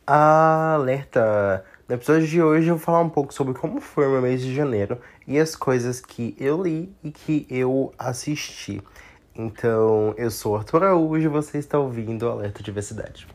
Alerta! No episódio de hoje eu vou falar um pouco sobre como foi o meu mês de janeiro e as coisas que eu li e que eu assisti. Então, eu sou Arthur Araújo e você está ouvindo o Alerta Diversidade.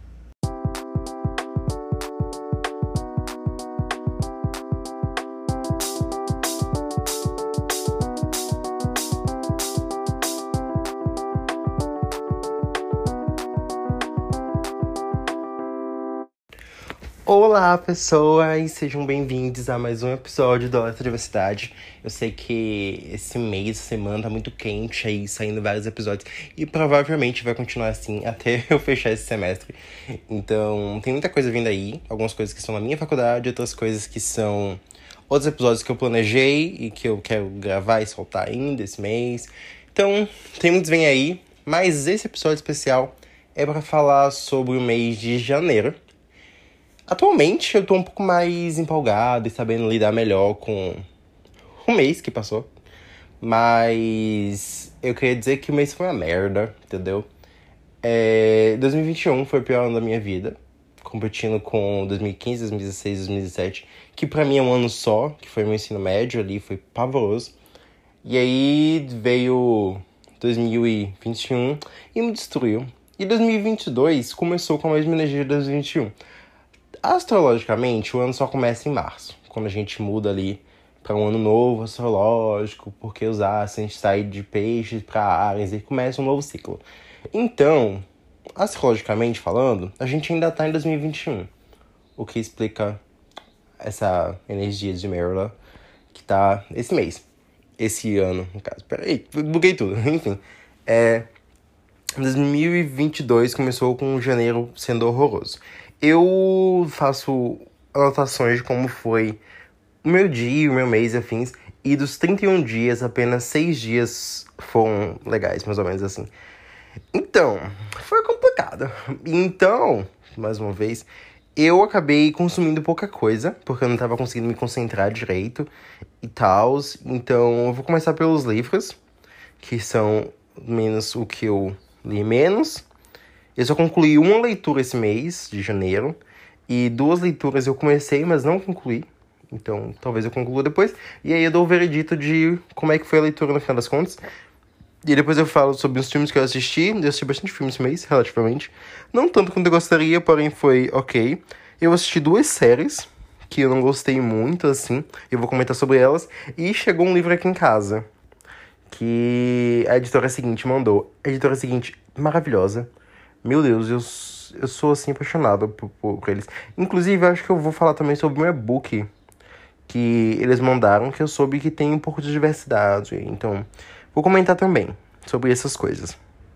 Olá, pessoas! Sejam bem-vindos a mais um episódio do Alerta Diversidade. Eu sei que esse mês, essa semana tá muito quente aí, saindo vários episódios. E provavelmente vai continuar assim até eu fechar esse semestre. Então, tem muita coisa vindo aí. Algumas coisas que estão na minha faculdade, outras coisas que são outros episódios que eu planejei e que eu quero gravar e soltar ainda esse mês. Então, tem muitos vem aí. Mas esse episódio especial é para falar sobre o mês de janeiro. Atualmente eu tô um pouco mais empolgado e sabendo lidar melhor com o mês que passou. Mas eu queria dizer que o mês foi uma merda, entendeu? 2021 foi o pior ano da minha vida, competindo com 2015, 2016, 2017, que pra mim é um ano só, que foi meu ensino médio ali, foi pavoroso. E aí veio 2021 e me destruiu. E 2022 começou com a mesma energia de 2021. Astrologicamente, o ano só começa em março, quando a gente muda ali para um ano novo astrológico, porque os astros, a gente sai de peixes para Áries e começa um novo ciclo. Então, astrologicamente falando, a gente ainda tá em 2021, o que explica essa energia de Merla que tá esse mês, esse ano, no caso. Peraí, buguei tudo, enfim. 2022 começou com janeiro sendo horroroso. Eu faço anotações de como foi o meu dia, o meu mês e afins. E dos 31 dias, apenas 6 dias foram legais, mais ou menos assim. Então, foi complicado. Então, mais uma vez, eu acabei consumindo pouca coisa, porque eu não tava conseguindo me concentrar direito e tal. Então, eu vou começar pelos livros, que são menos o que eu li menos. Eu só concluí uma leitura esse mês, de janeiro. E 2 leituras eu comecei, mas não concluí. Então, talvez eu conclua depois. E aí eu dou o veredito de como é que foi a leitura no final das contas. E depois eu falo sobre os filmes que eu assisti. Eu assisti bastante filmes esse mês, relativamente. Não tanto quanto eu gostaria, porém foi ok. Eu assisti 2 séries que eu não gostei muito, assim. Eu vou comentar sobre elas. E chegou um livro aqui em casa que a editora seguinte mandou. A editora seguinte, maravilhosa. Meu Deus, eu sou, assim, apaixonado por eles. Inclusive, acho que eu vou falar também sobre o meu e-book que eles mandaram, que eu soube que tem um pouco de diversidade. Então, vou comentar também sobre essas coisas.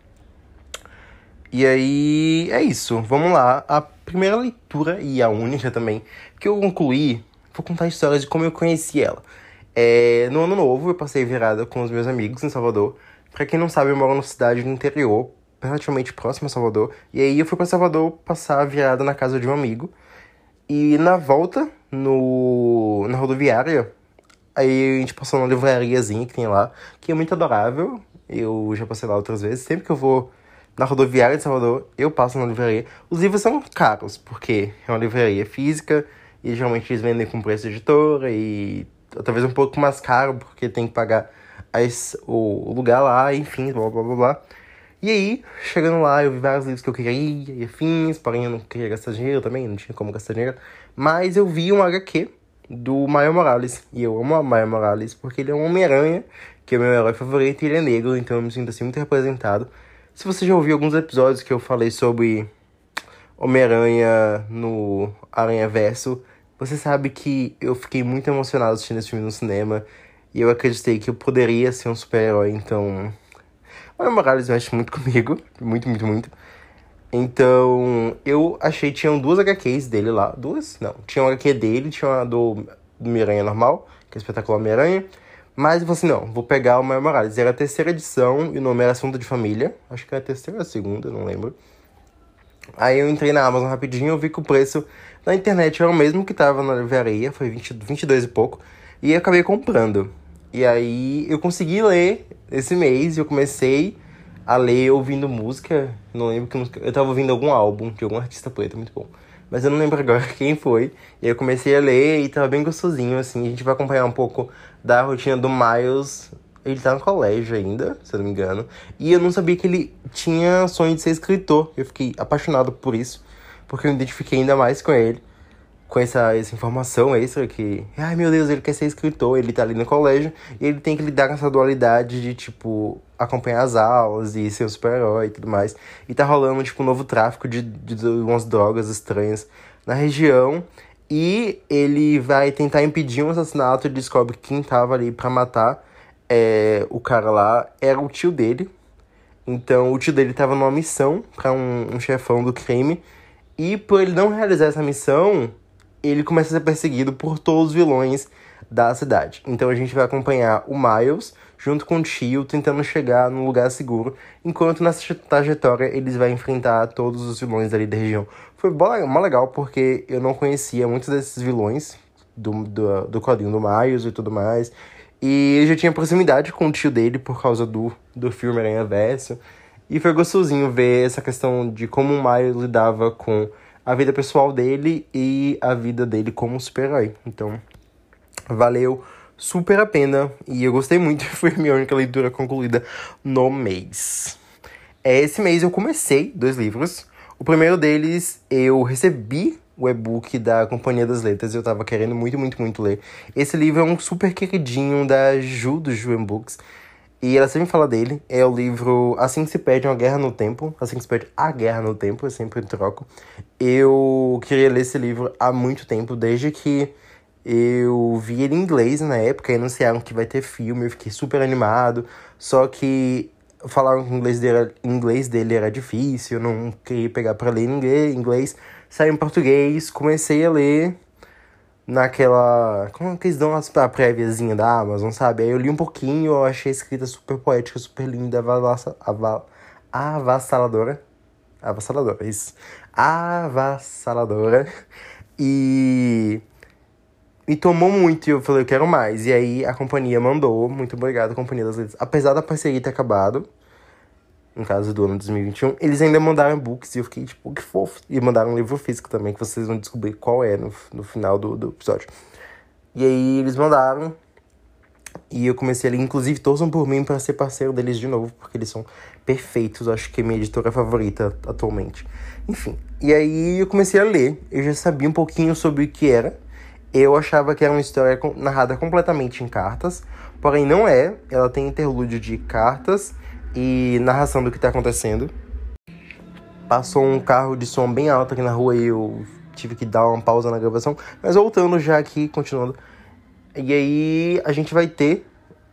E aí, é isso. Vamos lá. A primeira leitura, e a única também, que eu concluí, vou contar a história de como eu conheci ela. No ano novo, eu passei virada com os meus amigos em Salvador. Pra quem não sabe, eu moro numa cidade do interior, relativamente próximo a Salvador. E aí eu fui pra Salvador passar a virada na casa de um amigo. E na volta, na rodoviária, aí a gente passou numa livrariazinha que tem lá, que é muito adorável. Eu já passei lá outras vezes. Sempre que eu vou na rodoviária de Salvador, eu passo na livraria. Os livros são caros, porque é uma livraria física, e geralmente eles vendem com preço de editora, e talvez um pouco mais caro, porque tem que pagar o lugar lá, enfim, blá blá blá blá. E aí, chegando lá, eu vi vários livros que eu queria ir, e afins, porém eu não queria gastar dinheiro também, não tinha como gastar dinheiro. Mas eu vi um HQ do Miles Morales, e eu amo o Miles Morales, porque ele é um Homem-Aranha, que é o meu herói favorito, e ele é negro, então eu me sinto assim muito representado. Se você já ouviu alguns episódios que eu falei sobre Homem-Aranha no Aranhaverso, você sabe que eu fiquei muito emocionado assistindo esse filme no cinema, e eu acreditei que eu poderia ser um super-herói, então o Miles Morales mexe muito comigo. Muito, muito, muito. Então, eu achei que tinham 2 HQs dele lá. 2? Não. Tinha uma HQ dele, tinha uma do Homem-Aranha normal, que é o espetacular Homem-Aranha. Mas eu falei assim, não, vou pegar o Miles Morales. Era a 3ª edição e o nome era Assunto de Família. Acho que era a 3ª ou a 2ª, não lembro. Aí eu entrei na Amazon rapidinho, eu vi que o preço na internet era o mesmo que tava na livraria. Foi 22 e pouco. E eu acabei comprando. E aí eu consegui ler esse mês, eu comecei a ler ouvindo música, não lembro que música, eu tava ouvindo algum álbum de algum artista preto, muito bom. mas eu não lembro agora quem foi. E aí eu comecei a ler e tava bem gostosinho, assim. A gente vai acompanhar um pouco da rotina do Miles. Ele tá no colégio ainda, se eu não me engano. E eu não sabia que ele tinha sonho de ser escritor. Eu fiquei apaixonado por isso, porque eu me identifiquei ainda mais com ele. Com essa informação extra que... Ai, meu Deus, ele quer ser escritor, ele tá ali no colégio. E ele tem que lidar com essa dualidade de, tipo, acompanhar as aulas e ser um super-herói e tudo mais. E tá rolando, tipo, um novo tráfico de umas drogas estranhas na região. E ele vai tentar impedir um assassinato e descobre que quem tava ali pra matar o cara lá era o tio dele. Então, o tio dele tava numa missão pra um chefão do crime. E por ele não realizar essa missão, ele começa a ser perseguido por todos os vilões da cidade. Então a gente vai acompanhar o Miles, junto com o tio, tentando chegar num lugar seguro, enquanto nessa trajetória eles vão enfrentar todos os vilões ali da região. Foi mó legal, porque eu não conhecia muitos desses vilões do quadrinho do Miles e tudo mais. E eu já tinha proximidade com o tio dele por causa do filme Aranhaverso. E foi gostosinho ver essa questão de como o Miles lidava com a vida pessoal dele e a vida dele como super-herói. Então, valeu super a pena e eu gostei muito. Foi a minha única leitura concluída no mês. Esse mês eu comecei 2 livros. O primeiro deles, eu recebi o e-book da Companhia das Letras. Eu tava querendo muito, muito, muito ler. Esse livro é um super queridinho da Ju, do Ju Books. E ela sempre fala dele. É o livro Assim que se perde uma guerra no tempo. Assim que se perde a guerra no tempo. Eu sempre troco. Eu queria ler esse livro há muito tempo. Desde que eu vi ele em inglês na época. E anunciaram que vai ter filme. Eu fiquei super animado. Só que falaram que o inglês dele era difícil. Eu não queria pegar pra ler em inglês. Saiu em português. Comecei a ler naquela... Como que eles dão a préviazinha da Amazon, sabe? Aí eu li um pouquinho, eu achei a escrita super poética, super linda, avassaladora. Avassaladora, isso. Avassaladora. E me tomou muito e eu falei, eu quero mais. E aí a companhia mandou, muito obrigado, Companhia das Letras. Apesar da parceria ter acabado, no caso do ano 2021, eles ainda mandaram e-books e eu fiquei, tipo, que fofo. E mandaram um livro físico também, que vocês vão descobrir qual é no final do episódio. E aí eles mandaram e eu comecei ali, inclusive torçam por mim pra ser parceiro deles de novo, porque eles são perfeitos, acho que é minha editora favorita atualmente. Enfim, e aí eu comecei a ler, eu já sabia um pouquinho sobre o que era. Eu achava que era uma história narrada completamente em cartas, porém não é, ela tem interlúdio de cartas e narração do que tá acontecendo. Passou um carro de som bem alto aqui na rua e eu tive que dar uma pausa na gravação. Mas voltando já aqui, continuando. E aí a gente vai ter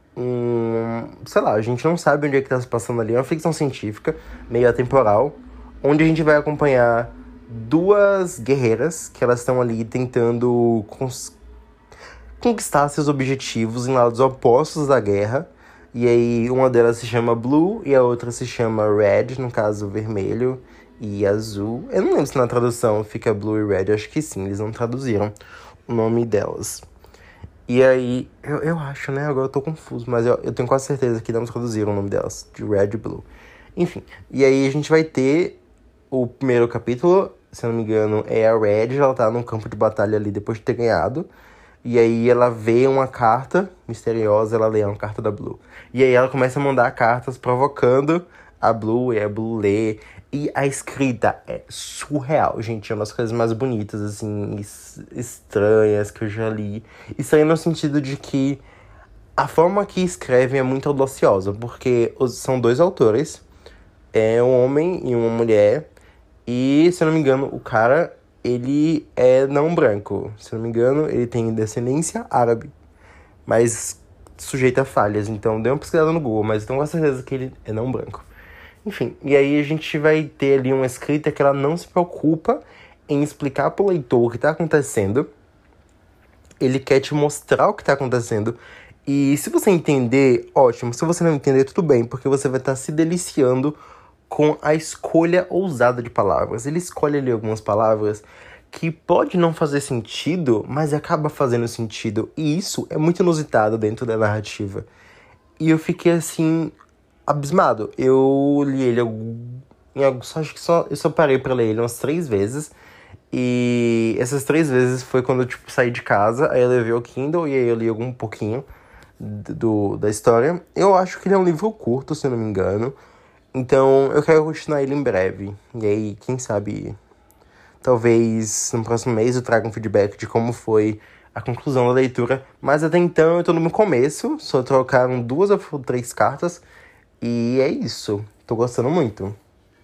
sei lá, a gente não sabe onde é que tá se passando ali. É uma ficção científica, meio atemporal, onde a gente vai acompanhar 2 guerreiras que elas estão ali tentando conquistar seus objetivos em lados opostos da guerra. E aí uma delas se chama Blue e a outra se chama Red, no caso vermelho e azul. Eu não lembro se na tradução fica Blue e Red, acho que sim, eles não traduziram o nome delas. E aí, eu acho, né, agora eu tô confuso, mas eu tenho quase certeza que não traduziram o nome delas, de Red e Blue. Enfim, e aí a gente vai ter o primeiro capítulo, se eu não me engano, é a Red, ela tá num campo de batalha ali depois de ter ganhado. E aí ela vê uma carta misteriosa, ela lê uma carta da Blue. E aí ela começa a mandar cartas provocando a Blue, e a Blue lê. E a escrita é surreal, gente. É uma das coisas mais bonitas, assim, estranhas que eu já li. Estranho no sentido de que a forma que escrevem é muito audaciosa, porque são 2 autores, é um homem e uma mulher. E, se eu não me engano, o cara, ele é não branco. Se eu não me engano, ele tem descendência árabe, mas sujeito a falhas. Então, dei uma pesquisada no Google, mas eu tenho quase certeza que ele é não branco. Enfim, e aí a gente vai ter ali uma escrita que ela não se preocupa em explicar pro leitor o que tá acontecendo. Ele quer te mostrar o que tá acontecendo. E se você entender, ótimo. Se você não entender, tudo bem, porque você vai estar se deliciando com a escolha ousada de palavras. Ele escolhe ali algumas palavras que pode não fazer sentido, mas acaba fazendo sentido. E isso é muito inusitado dentro da narrativa. E eu fiquei assim, abismado. Eu li ele acho que eu só parei pra ler ele umas 3 vezes. E essas 3 vezes foi quando eu, tipo, saí de casa, aí eu levei o Kindle e aí eu li algum pouquinho da história. Eu acho que ele é um livro curto, se eu não me engano. Então, eu quero continuar ele em breve. E aí, quem sabe, talvez no próximo mês eu traga um feedback de como foi a conclusão da leitura. Mas até então eu tô no começo, só trocaram 2 ou 3 cartas. E é isso, tô gostando muito.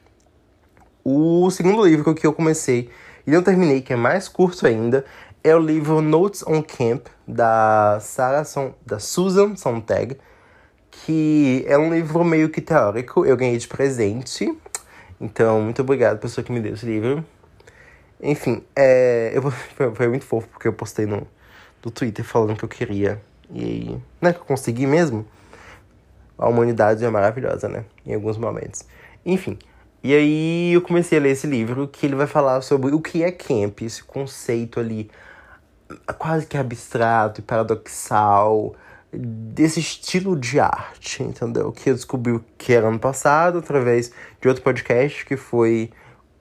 O segundo livro que eu comecei e não terminei, que é mais curto ainda, é o livro Notes on Camp, da Susan Sontag, que é um livro meio que teórico, eu ganhei de presente. Então, muito obrigado, pessoa que me deu esse livro. Enfim, foi muito fofo, porque eu postei no Twitter falando que eu queria. E não é que eu consegui mesmo? A humanidade é maravilhosa, né? Em alguns momentos. Enfim, e aí eu comecei a ler esse livro, que ele vai falar sobre o que é camp, esse conceito ali quase que abstrato e paradoxal desse estilo de arte, entendeu? Que eu descobri que era ano passado, através de outro podcast, que foi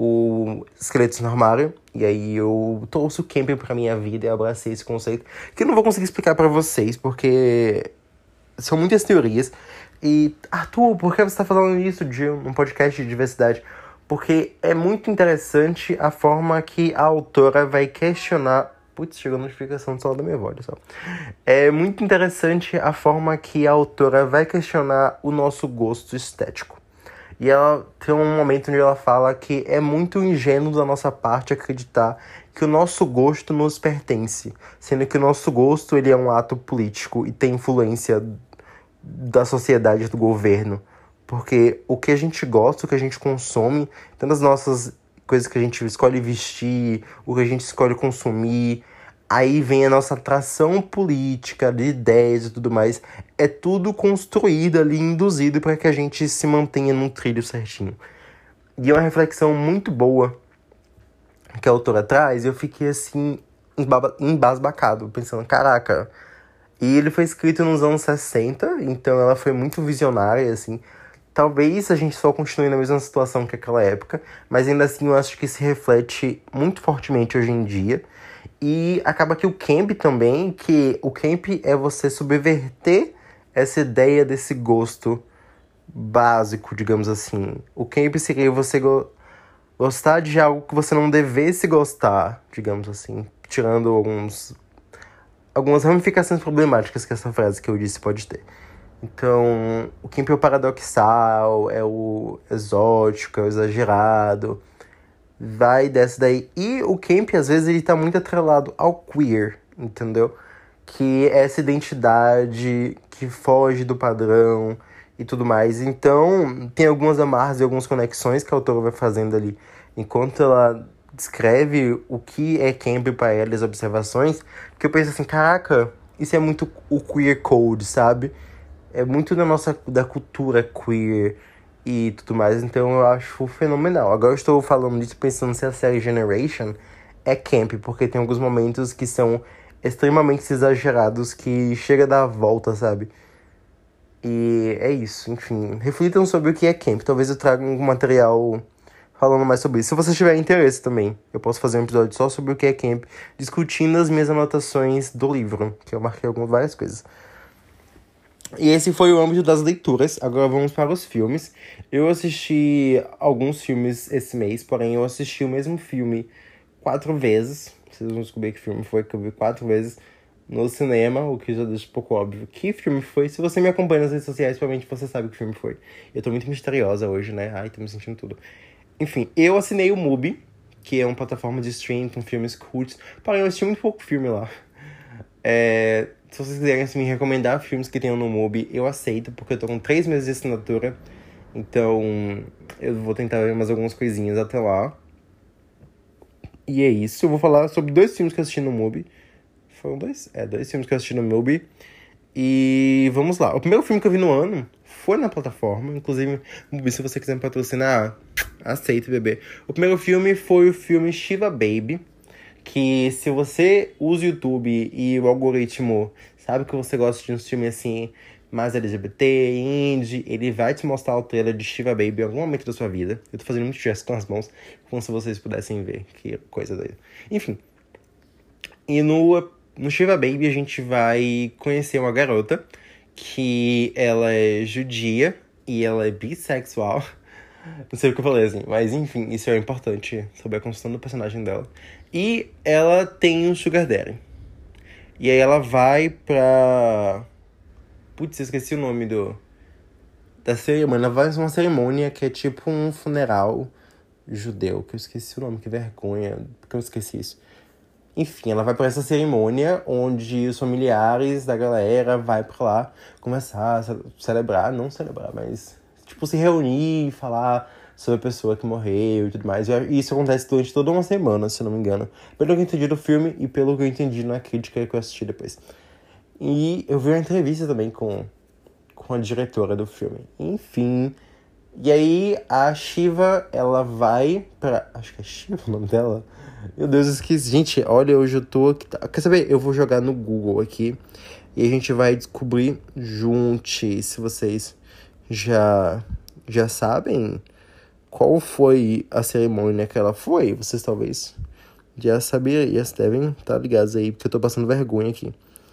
o Esqueletos no Armário. E aí eu trouxe o camping pra minha vida e abracei esse conceito, que eu não vou conseguir explicar pra vocês, porque são muitas teorias. E, Arthur, por que você tá falando isso de um podcast de diversidade? Porque é muito interessante a forma que a autora vai questionar. Putz, chegou a notificação do celular da minha avó, olha só. É muito interessante a forma que a autora vai questionar o nosso gosto estético. E ela tem um momento onde ela fala que é muito ingênuo da nossa parte acreditar que o nosso gosto nos pertence, sendo que o nosso gosto ele é um ato político e tem influência da sociedade, do governo. Porque o que a gente gosta, o que a gente consome, tanto as nossas coisas que a gente escolhe vestir, o que a gente escolhe consumir, aí vem a nossa atração política, de ideias e tudo mais. É tudo construído ali, induzido para que a gente se mantenha num trilho certinho. E é uma reflexão muito boa que a autora traz, e eu fiquei assim, embasbacado, pensando, caraca. E ele foi escrito nos anos 60, então ela foi muito visionária, assim. Talvez a gente só continue na mesma situação que aquela época, mas ainda assim eu acho que se reflete muito fortemente hoje em dia. E acaba que o camp também, que o camp é você subverter essa ideia desse gosto básico, digamos assim. O camp seria você gostar de algo que você não devesse gostar, digamos assim. Tirando algumas ramificações problemáticas que essa frase que eu disse pode ter. Então, o camp é o paradoxal, é o exótico, é o exagerado. Vai dessa daí. E o camp, às vezes, ele tá muito atrelado ao queer, entendeu? Que é essa identidade que foge do padrão e tudo mais. Então, tem algumas amarras e algumas conexões que a autora vai fazendo ali. Enquanto ela descreve o que é camp pra ela, as observações, que eu penso assim, caraca, isso é muito o queer code, sabe? É muito da cultura queer e tudo mais, então eu acho fenomenal. Agora eu estou falando disso pensando se a série Generation é camp, porque tem alguns momentos que são extremamente exagerados, que chega a dar a volta, sabe? E é isso, enfim. Reflitam sobre o que é camp. Talvez eu traga um material falando mais sobre isso. Se você tiver interesse também, eu posso fazer um episódio só sobre o que é camp, discutindo as minhas anotações do livro, que eu marquei várias coisas. E esse foi o âmbito das leituras. Agora vamos para os filmes. Eu assisti alguns filmes esse mês, porém eu assisti o mesmo filme 4 vezes. Vocês vão descobrir que filme foi que eu vi 4 vezes no cinema, o que já deixa um pouco óbvio que filme foi. Se você me acompanha nas redes sociais, provavelmente você sabe que filme foi. Eu tô muito misteriosa hoje, né? Ai, tô me sentindo tudo. Enfim, eu assinei o Mubi, que é uma plataforma de streaming com filmes curtos. Porém, eu assisti muito pouco filme lá. Se vocês quiserem assim, me recomendar filmes que tenham no Mubi, eu aceito, porque eu tô com 3 meses de assinatura. Então, eu vou tentar ver mais algumas coisinhas até lá. E é isso. Eu vou falar sobre 2 filmes que eu assisti no Mubi. Foram 2? 2 filmes que eu assisti no Mubi. E vamos lá. O primeiro filme que eu vi no ano foi na plataforma. Inclusive, Mubi, se você quiser me patrocinar, aceito, bebê. O primeiro filme foi o filme Shiva Baby. Que se você usa o YouTube e o algoritmo sabe que você gosta de um filme assim, mais LGBT, indie. Ele vai te mostrar o trailer de Shiva Baby em algum momento da sua vida. Eu tô fazendo muito gesto com as mãos, como se vocês pudessem ver. Que coisa doida. Enfim. E no Shiva Baby a gente vai conhecer uma garota que ela é judia e ela é bissexual. Não sei o que eu falei, assim. Mas, enfim, isso é importante sobre a construção do personagem dela. E ela tem um sugar daddy. E aí ela vai pra... Putz, eu esqueci o nome da cerimônia. Ela vai pra uma cerimônia que é tipo um funeral judeu. Que eu esqueci o nome, que vergonha. Porque eu esqueci isso. Enfim, ela vai pra essa cerimônia onde os familiares da galera vai pra lá começar a celebrar, não celebrar, mas tipo se reunir e falar sobre a pessoa que morreu e tudo mais. E isso acontece durante toda uma semana, se eu não me engano. Pelo que eu entendi do filme e pelo que eu entendi na crítica que eu assisti depois. E eu vi uma entrevista também com a diretora do filme. Enfim. E aí a Shiva, ela vai pra... Acho que é Shiva o nome dela. Meu Deus, eu esqueci. Gente, olha, hoje eu tô aqui. Quer saber? Eu vou jogar no Google aqui. E a gente vai descobrir juntos. Se vocês já sabem qual foi a cerimônia que ela foi. Vocês talvez já saberiam. Devem estar ligados aí, porque eu tô passando vergonha aqui.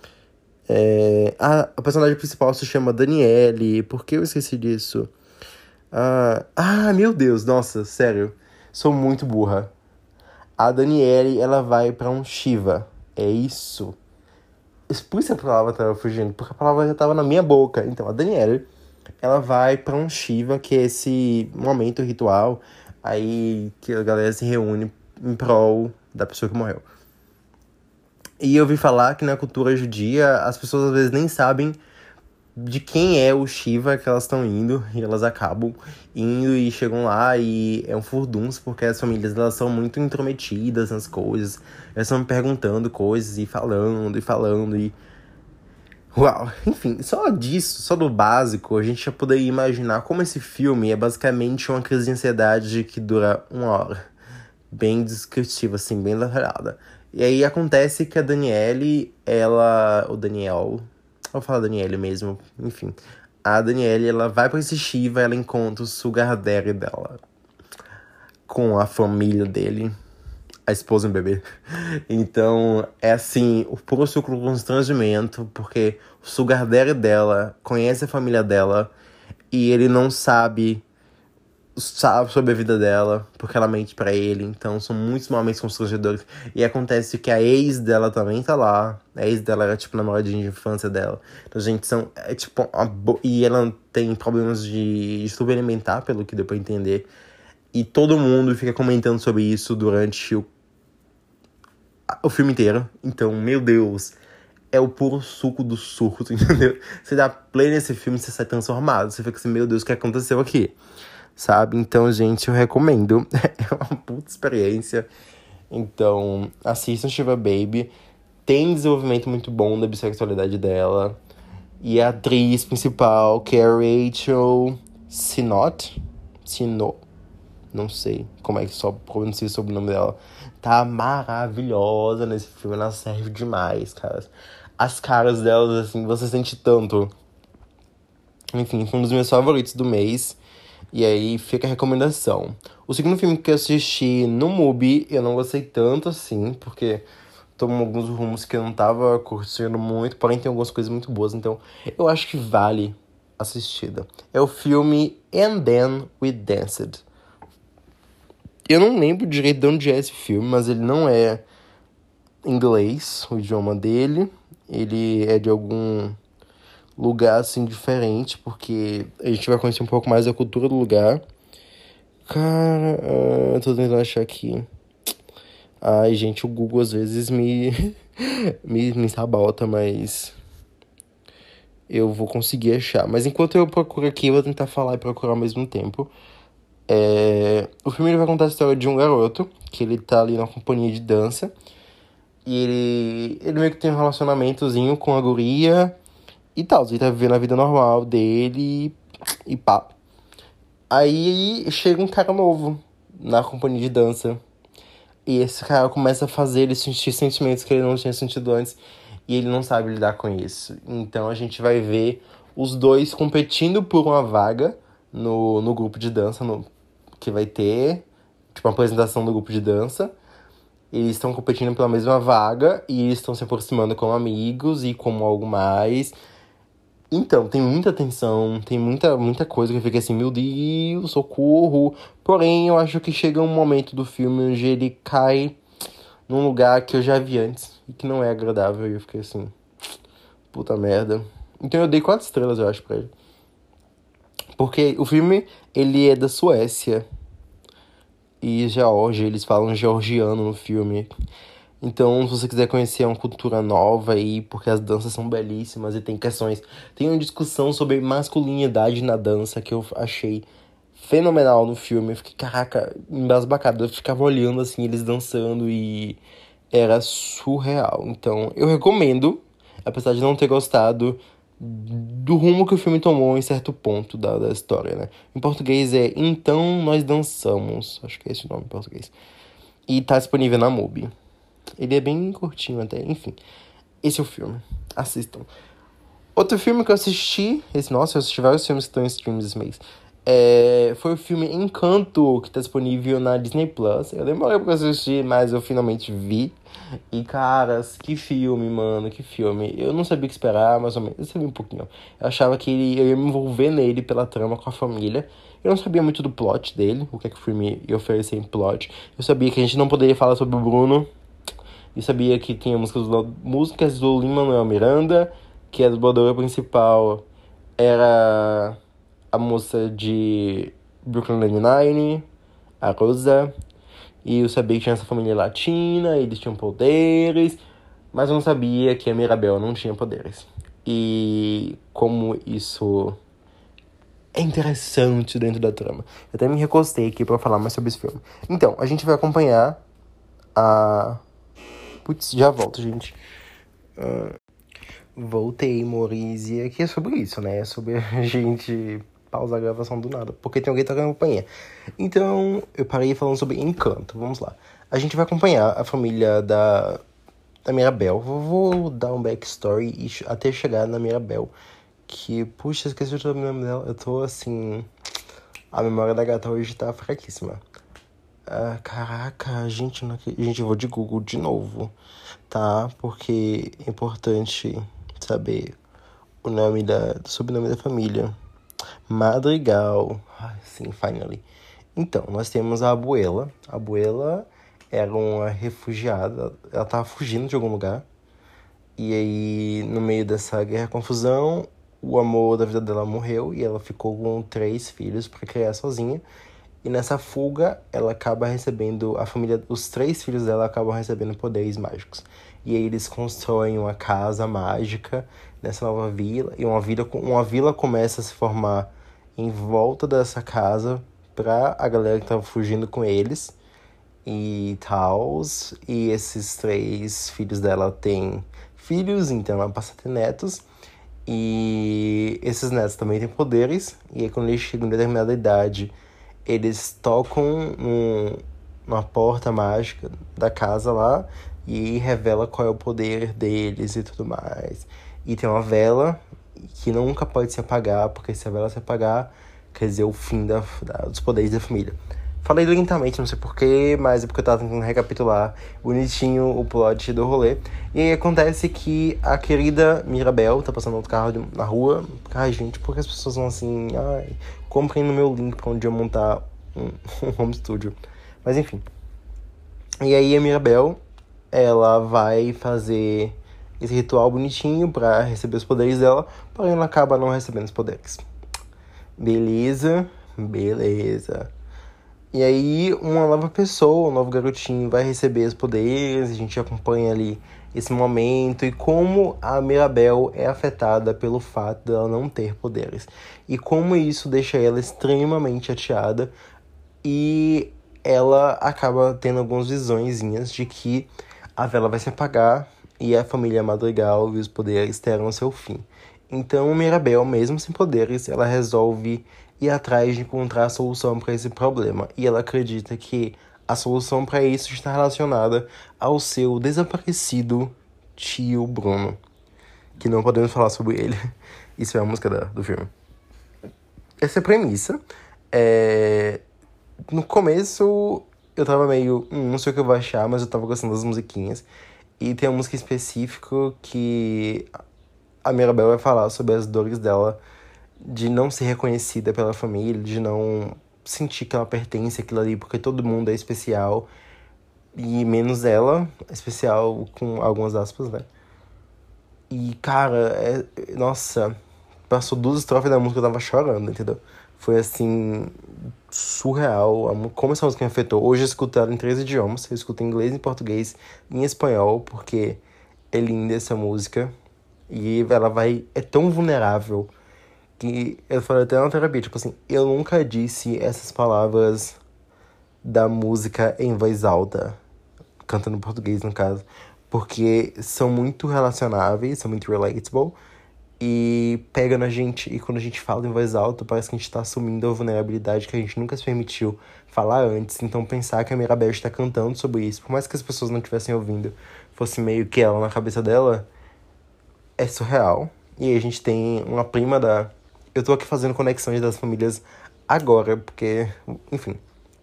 A personagem principal se chama Daniele. Por que eu esqueci disso? Meu Deus, nossa, sério. Sou muito burra. A Daniele, ela vai pra um Shiva. É isso. Por isso a palavra tava fugindo, porque a palavra já tava na minha boca. Então, a Daniele, ela vai pra um Shiva, que é esse momento ritual aí que a galera se reúne em prol da pessoa que morreu. E eu ouvi falar que na cultura judia, as pessoas às vezes nem sabem de quem é o Shiva que elas estão indo, e elas acabam indo e chegam lá e é um furdunço, porque as famílias elas são muito intrometidas nas coisas, elas estão me perguntando coisas e falando e... Uau, enfim, só disso, só do básico, a gente já poderia imaginar como esse filme é basicamente uma crise de ansiedade que dura 1 hora. Bem descritiva, assim, bem detalhada. E aí acontece que a Daniele, o Daniel... Vou falar Daniele mesmo, enfim. A Daniele, ela vai pra esse Shiva, ela encontra o sugar daddy dela. Com a família dele. A esposa e o bebê. Então, é assim, o puro suco do constrangimento, porque o sugar daddy dela conhece a família dela e ele não sabe sobre a vida dela, porque ela mente pra ele. Então são muitos momentos constrangedores. E acontece que a ex dela também tá lá. A ex dela era tipo namoradinha de infância dela. Então, gente, e ela tem problemas de distúrbio alimentar, pelo que deu pra entender. E todo mundo fica comentando sobre isso durante o filme inteiro. Então, meu Deus, é o puro suco do surto, entendeu? Você dá play nesse filme, você sai transformado. Você fica assim, meu Deus, o que aconteceu aqui? Sabe? Então, gente, eu recomendo. É uma puta experiência. Então, assistam Shiva Baby. Tem desenvolvimento muito bom da bissexualidade dela. E a atriz principal, que é a Rachel Sennott. Não sei como é que só pronuncia sobre o nome dela. Tá maravilhosa nesse filme. Ela serve demais, cara. As caras delas, assim, você sente tanto. Enfim, foi um dos meus favoritos do mês. E aí fica a recomendação. O segundo filme que eu assisti no Mubi, eu não gostei tanto assim, porque tomou alguns rumos que eu não tava curtindo muito, porém tem algumas coisas muito boas, então eu acho que vale assistida. É o filme And Then We Danced. Eu não lembro direito de onde é esse filme, mas ele não é inglês, o idioma dele. Ele é de algum lugar, assim, diferente, porque a gente vai conhecer um pouco mais da cultura do lugar. Cara, tô tentando achar aqui. Ai, gente, o Google às vezes me sabota, mas eu vou conseguir achar. Mas enquanto eu procuro aqui, eu vou tentar falar e procurar ao mesmo tempo. O filme ele vai contar a história de um garoto, que ele tá ali na companhia de dança. E ele meio que tem um relacionamentozinho com a guria e tal. Ele tá vivendo a vida normal dele e pá. Aí chega um cara novo na companhia de dança. E esse cara começa a fazer ele sentir sentimentos que ele não tinha sentido antes. E ele não sabe lidar com isso. Então a gente vai ver os dois competindo por uma vaga no grupo de dança que vai ter, tipo, uma apresentação do grupo de dança. Eles estão competindo pela mesma vaga e eles estão se aproximando como amigos e como algo mais. Então, tem muita tensão, tem muita coisa que fica assim, meu Deus, socorro. Porém, eu acho que chega um momento do filme onde ele cai num lugar que eu já vi antes e que não é agradável. E eu fiquei assim, puta merda. Então eu dei 4 estrelas, eu acho, pra ele. Porque o filme, ele é da Suécia e Geórgia, eles falam georgiano no filme. Então, se você quiser conhecer uma cultura nova aí, porque as danças são belíssimas e tem questões... Tem uma discussão sobre masculinidade na dança que eu achei fenomenal no filme. Eu fiquei, caraca, embasbacado. Eu ficava olhando, assim, eles dançando e era surreal. Então, eu recomendo, apesar de não ter gostado do rumo que o filme tomou em certo ponto da história, né? Em português é Então Nós Dançamos. Acho que é esse o nome em português. E tá disponível na MUBI. Ele é bem curtinho até, enfim. Esse é o filme. Assistam. Outro filme que eu assisti... Nossa, eu assisti vários filmes que estão em streams esse mês. Foi o filme Encanto, que tá disponível na Disney Plus. Eu demorei pra assistir, mas eu finalmente vi. E, caras, que filme, mano, que filme. Eu não sabia o que esperar, mais ou menos. Eu sabia um pouquinho. Eu achava que eu ia me envolver nele pela trama com a família. Eu não sabia muito do plot dele, o que é que o filme ia oferecer em plot. Eu sabia que a gente não poderia falar sobre o Bruno. Eu sabia que tinha músicas do Lin-Manuel Miranda, que a dubladora principal era a moça de Brooklyn Nine-Nine, a Rosa. E eu sabia que tinha essa família latina, eles tinham poderes, mas eu não sabia que a Mirabel não tinha poderes. E como isso é interessante dentro da trama. Eu até me recostei aqui pra falar mais sobre esse filme. Então, a gente vai acompanhar a... Putz, já volto, gente. Voltei, Maurício. E aqui é sobre isso, né? É sobre a gente pausar a gravação do nada, porque tem alguém tocando campainha. Então, eu parei falando sobre Encanto. Vamos lá. A gente vai acompanhar a família da Mirabel. Vou dar um backstory até chegar na Mirabel. Que, puxa, esqueci o nome dela. Eu tô assim... A memória da gata hoje tá fraquíssima. Caraca, gente, gente, eu vou de Google de novo, tá? Porque é importante saber o sobrenome da família. Madrigal. Sim, finally. Então, nós temos a Abuela. A Abuela era uma refugiada. Ela tava fugindo de algum lugar. E aí, no meio dessa guerra confusão, o amor da vida dela morreu. E ela ficou com 3 filhos pra criar sozinha. E nessa fuga, ela acaba recebendo... Os 3 filhos dela acabam recebendo poderes mágicos. E aí eles constroem uma casa mágica nessa nova vila. E uma vila começa a se formar em volta dessa casa pra a galera que tava fugindo com eles. E tals. E esses 3 filhos dela têm filhos, então ela passa a ter netos. E esses netos também têm poderes. E aí quando eles chegam em determinada idade... Eles tocam numa porta mágica da casa lá e revela qual é o poder deles e tudo mais. E tem uma vela que nunca pode se apagar, porque se a vela se apagar, quer dizer o fim dos poderes da família. Falei lentamente, não sei porquê, mas é porque eu tava tentando recapitular bonitinho o plot do rolê. E aí acontece que a querida Mirabel tá passando outro carro na rua. Ai, gente, por que as pessoas vão assim... Ai, comprem no meu link pra onde eu montar um home studio. Mas enfim. E aí a Mirabel, ela vai fazer esse ritual bonitinho pra receber os poderes dela. Porém, ela acaba não recebendo os poderes. Beleza. E aí, uma nova pessoa, um novo garotinho vai receber os poderes, a gente acompanha ali esse momento e como a Mirabel é afetada pelo fato dela não ter poderes. E como isso deixa ela extremamente chateada e ela acaba tendo algumas visõezinhas de que a vela vai se apagar e a família Madrigal e os poderes terão seu fim. Então, Mirabel, mesmo sem poderes, ela resolve ir atrás de encontrar a solução para esse problema. E ela acredita que a solução para isso está relacionada ao seu desaparecido tio Bruno. Que não podemos falar sobre ele. Isso é a música do filme. Essa é a premissa. No começo, eu tava meio... não sei o que eu vou achar, mas eu tava gostando das musiquinhas. E tem uma música específica que a Mirabel vai falar sobre as dores dela de não ser reconhecida pela família, de não sentir que ela pertence àquilo ali, porque todo mundo é especial, e menos ela, especial com algumas aspas, né? E, cara, nossa, passou 2 estrofes da música, eu tava chorando, entendeu? Foi, assim, surreal como essa música me afetou. Hoje eu escuto ela em 3 idiomas, eu escuto em inglês, em português e em espanhol, porque é linda essa música. E ela vai... é tão vulnerável que eu falei até na terapia, tipo assim, eu nunca disse essas palavras da música em voz alta, cantando em português no caso, porque são muito relacionáveis, são muito relatable e pega na gente. E quando a gente fala em voz alta, parece que a gente tá assumindo a vulnerabilidade que a gente nunca se permitiu falar antes. Então pensar que a Mirabel está cantando sobre isso, por mais que as pessoas não estivessem ouvindo, fosse meio que ela na cabeça dela, é surreal. E aí a gente tem uma prima da... Eu tô aqui fazendo conexões das famílias agora, porque, enfim.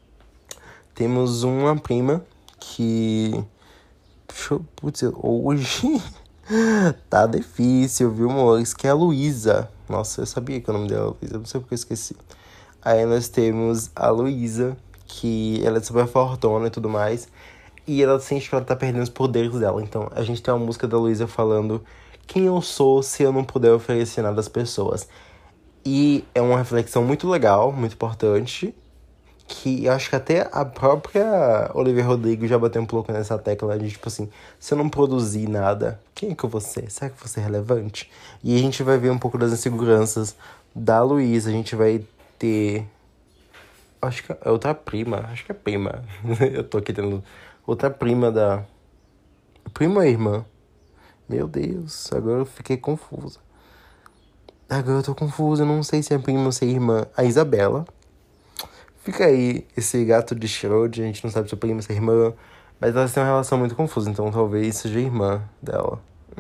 Temos uma prima que... Putz, hoje tá difícil, viu, amores? Que é a Luísa. Nossa, eu sabia que o nome dela é Luísa, não sei porque eu esqueci. Aí nós temos a Luísa, que ela é super fortuna e tudo mais. E ela sente que ela tá perdendo os poderes dela. Então, a gente tem uma música da Luísa falando: quem eu sou se eu não puder oferecer nada às pessoas? E é uma reflexão muito legal, muito importante, que eu acho que até a própria Olivia Rodrigo já bateu um pouco nessa tecla de, tipo assim, se eu não produzir nada, quem é que eu vou ser? Será que eu vou ser relevante? E a gente vai ver um pouco das inseguranças da Luísa, a gente vai ter... Acho que é outra prima, acho que é prima. Eu tô aqui tendo outra prima da... Prima ou irmã? Meu Deus, agora eu fiquei confusa. Agora eu tô confusa, eu não sei se é prima ou se é irmã. A Isabela. Fica aí esse gato de Schrödinger, a gente não sabe se é prima, se é irmã. Mas elas têm uma relação muito confusa, então talvez seja a irmã dela.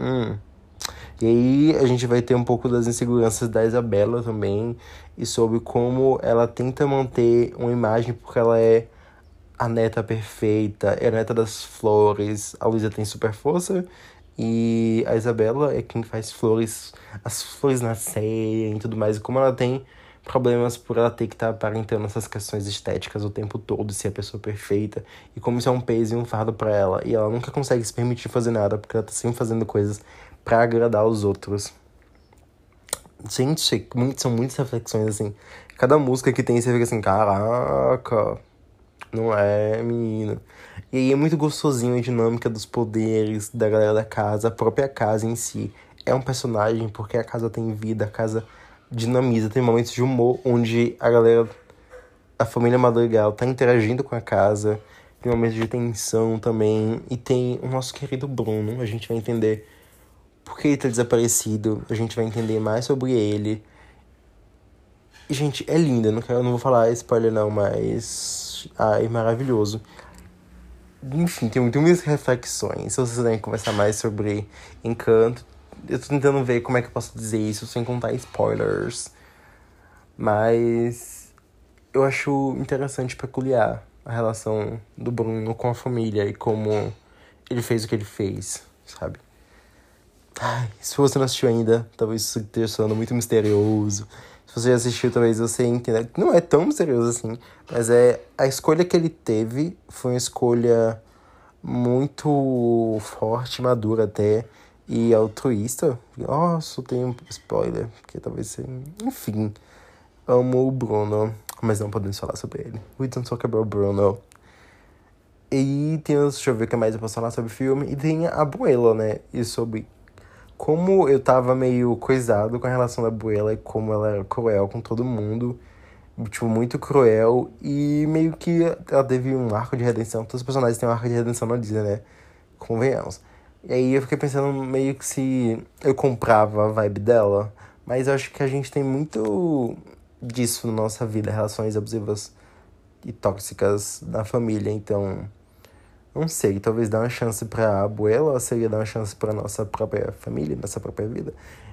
E aí a gente vai ter um pouco das inseguranças da Isabela também. E sobre como ela tenta manter uma imagem, porque ela é a neta perfeita, é a neta das flores. A Luísa tem super força. E a Isabela é quem faz flores, as flores nascerem e tudo mais. E como ela tem problemas por ela ter que estar aparentando essas questões estéticas o tempo todo, ser a pessoa perfeita. E como isso é um peso e um fardo pra ela. E ela nunca consegue se permitir fazer nada, porque ela tá sempre fazendo coisas pra agradar os outros. Gente, são muitas reflexões, assim. Cada música que tem, você fica assim, caraca, não é, menino. E aí é muito gostosinho a dinâmica dos poderes da galera da casa. A própria casa em si é um personagem, porque a casa tem vida, a casa dinamiza. Tem momentos de humor onde a galera, a família Madrigal tá interagindo com a casa. Tem momentos de tensão também. E tem o nosso querido Bruno. A gente vai entender por que ele tá desaparecido. A gente vai entender mais sobre ele. E, gente, é lindo. Eu não vou falar spoiler não, mas... ai, maravilhoso. Enfim, tem muitas reflexões. Se vocês quiserem conversar mais sobre Encanto, eu tô tentando ver como é que eu posso dizer isso sem contar spoilers. Mas eu acho interessante, peculiar, a relação do Bruno com a família e como ele fez o que ele fez, sabe? Ai, se você não assistiu ainda, talvez isso esteja soando muito misterioso. Se você já assistiu, talvez você entenda. Não é tão misterioso assim, mas a escolha que ele teve foi uma escolha muito forte, madura até, e altruísta. Nossa, tem um spoiler, porque talvez seja... Enfim, amo o Bruno, mas não podemos falar sobre ele. We don't talk about Bruno. E tem, deixa eu ver o que mais eu posso falar sobre o filme. E tem a Abuela, né? E sobre como eu tava meio coisado com a relação da Abuela e como ela era cruel com todo mundo. Tipo, muito cruel. E meio que ela teve um arco de redenção. Todos os personagens têm um arco de redenção na Disney, né? Convenhamos. E aí eu fiquei pensando meio que se eu comprava a vibe dela. Mas eu acho que a gente tem muito disso na nossa vida. Relações abusivas e tóxicas na família. Então, não sei. Talvez dar uma chance pra Abuela ou seria dar uma chance pra nossa própria família, nossa própria vida.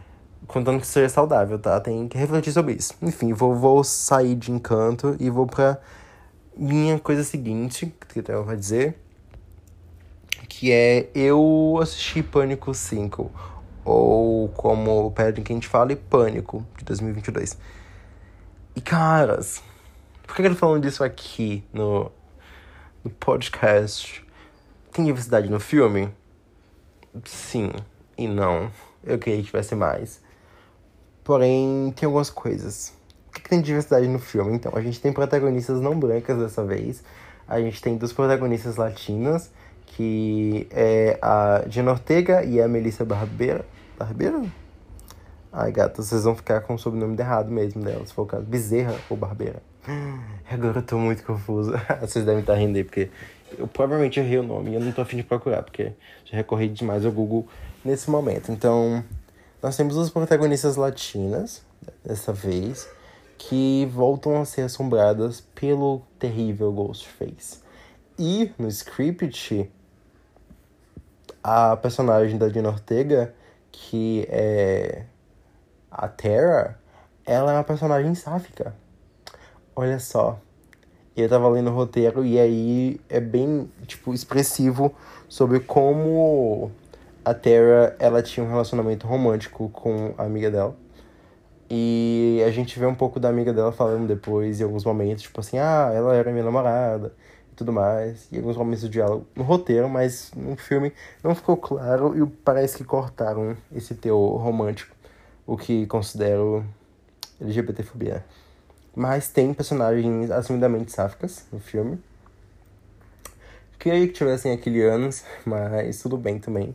Contando que seja saudável, tá? Tem que refletir sobre isso. Enfim, vou sair de Encanto e vou pra minha coisa seguinte, que eu vou dizer, que é eu assisti Pânico 5, ou como pedem que a gente fale, Pânico, de 2022. E, caras, por que eu tô falando disso aqui no podcast? Tem diversidade no filme? Sim e não. Eu queria que tivesse mais. Porém, tem algumas coisas. O que tem de diversidade no filme? Então, a gente tem protagonistas não brancas dessa vez. A gente tem duas protagonistas latinas, que é a Jenna Ortega e a Melissa Barbeira. Barbeira? Ai, gata, vocês vão ficar com o sobrenome errado mesmo dela, se for o caso. Bezerra ou Barbeira? Agora eu tô muito confusa. Vocês devem estar rindo aí, porque eu provavelmente errei o nome e eu não tô afim de procurar, porque já recorri demais ao Google nesse momento. Então, nós temos duas protagonistas latinas, dessa vez, que voltam a ser assombradas pelo terrível Ghostface. E no script, a personagem da Dina Ortega, que é a Tara, ela é uma personagem sáfica. Olha só. Eu tava lendo o roteiro e aí é bem, tipo, expressivo sobre como a Tara, ela tinha um relacionamento romântico com a amiga dela. E a gente vê um pouco da amiga dela falando depois, em alguns momentos, tipo assim, ela era minha namorada e tudo mais. E alguns momentos de diálogo no roteiro, mas no filme não ficou claro e parece que cortaram esse teor romântico, o que considero LGBTfobia. Mas tem personagens assumidamente sáficas no filme. Queria que tivessem aquele anos, mas tudo bem também.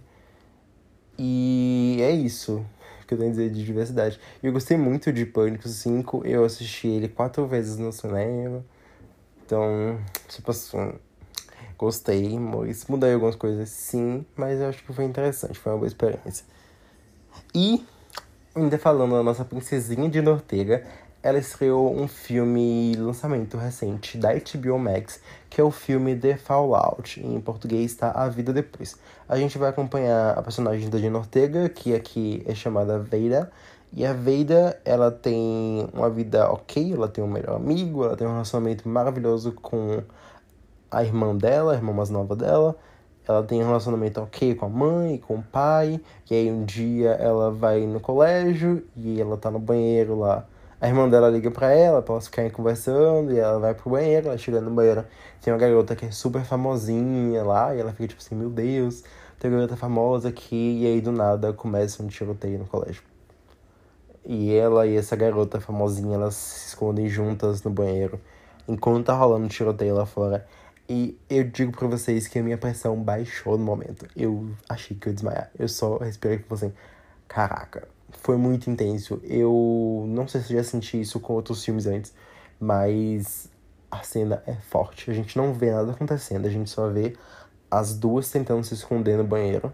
E é isso que eu tenho a dizer de diversidade. Eu gostei muito de Pânico 5, eu assisti ele 4 vezes no cinema. Então, tipo assim, gostei, mas mudei algumas coisas sim, mas eu acho que foi interessante, foi uma boa experiência. E, ainda falando da nossa princesinha de Ortega, ela estreou um filme lançamento recente da HBO Max, que é o filme The Fallout. Em português tá A Vida Depois. A gente vai acompanhar a personagem da Jenna Ortega, que aqui é chamada Veida. E a Veida, ela tem uma vida ok, ela tem um melhor amigo, ela tem um relacionamento maravilhoso com a irmã dela, a irmã mais nova dela. Ela tem um relacionamento ok com a mãe, com o pai. E aí um dia ela vai no colégio e ela tá no banheiro lá. A irmã dela liga pra ela ficarem conversando. E ela vai pro banheiro, ela chega no banheiro. Tem uma garota que é super famosinha lá. E ela fica tipo assim, meu Deus, tem uma garota famosa aqui. E aí do nada começa um tiroteio no colégio. E ela e essa garota famosinha, elas se escondem juntas no banheiro, enquanto tá rolando um tiroteio lá fora. E eu digo pra vocês que a minha pressão baixou no momento. Eu achei que eu ia desmaiar. Eu só respirei e falei assim, caraca, foi muito intenso. Eu não sei se eu já senti isso com outros filmes antes, mas a cena é forte. A gente não vê nada acontecendo, a gente só vê as duas tentando se esconder no banheiro.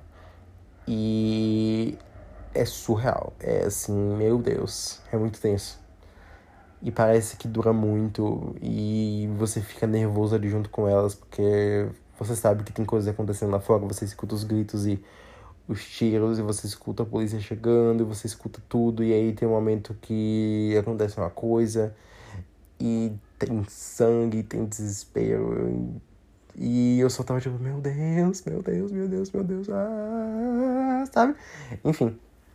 E é surreal. É assim, meu Deus, é muito tenso. E parece que dura muito e você fica nervoso ali junto com elas, porque você sabe que tem coisas acontecendo lá fora, você escuta os gritos e os tiros, e você escuta a polícia chegando, e você escuta tudo, e aí tem um momento que acontece uma coisa, e tem sangue, tem desespero, e eu só tava tipo, meu Deus, meu Deus, meu Deus, meu Deus, sabe? Enfim,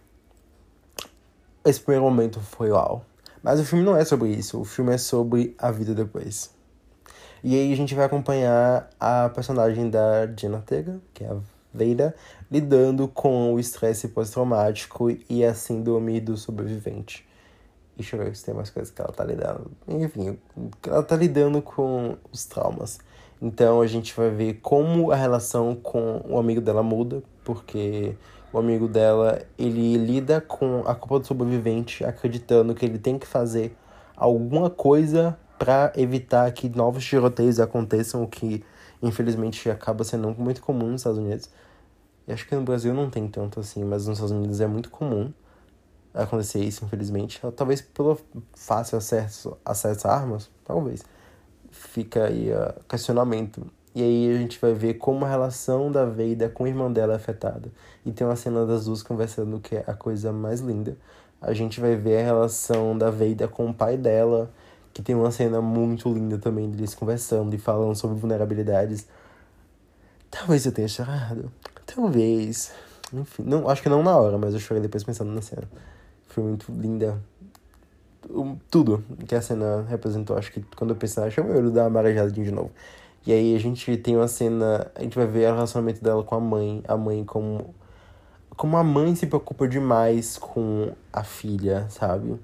esse primeiro momento foi uau. Mas o filme não é sobre isso, o filme é sobre a vida depois. E aí a gente vai acompanhar a personagem da Jenna Ortega, que é a Veida, lidando com o estresse pós-traumático e a síndrome do sobrevivente. Deixa eu ver se tem mais coisas que ela tá lidando. Enfim, ela tá lidando com os traumas. Então a gente vai ver como a relação com o amigo dela muda, porque o amigo dela, ele lida com a culpa do sobrevivente, acreditando que ele tem que fazer alguma coisa para evitar que novos tiroteios aconteçam, o que infelizmente acaba sendo muito comum nos Estados Unidos. E acho que no Brasil não tem tanto assim, mas nos Estados Unidos é muito comum acontecer isso, infelizmente. Talvez pelo fácil acesso a armas, talvez. Fica aí o questionamento. E aí a gente vai ver como a relação da Veida com o irmão dela é afetada. E tem uma cena das duas conversando que é a coisa mais linda. A gente vai ver a relação da Veida com o pai dela, que tem uma cena muito linda também deles conversando e falando sobre vulnerabilidades. Talvez eu tenha chorado. Talvez. Enfim, não, acho que não na hora, mas eu chorei depois pensando na cena. Foi muito linda. Tudo que a cena representou. Acho que quando eu pensei, acho que eu dar uma marejadinha de novo. E aí a gente tem uma cena, a gente vai ver o relacionamento dela com a mãe. A mãe como a mãe se preocupa demais com a filha, sabe?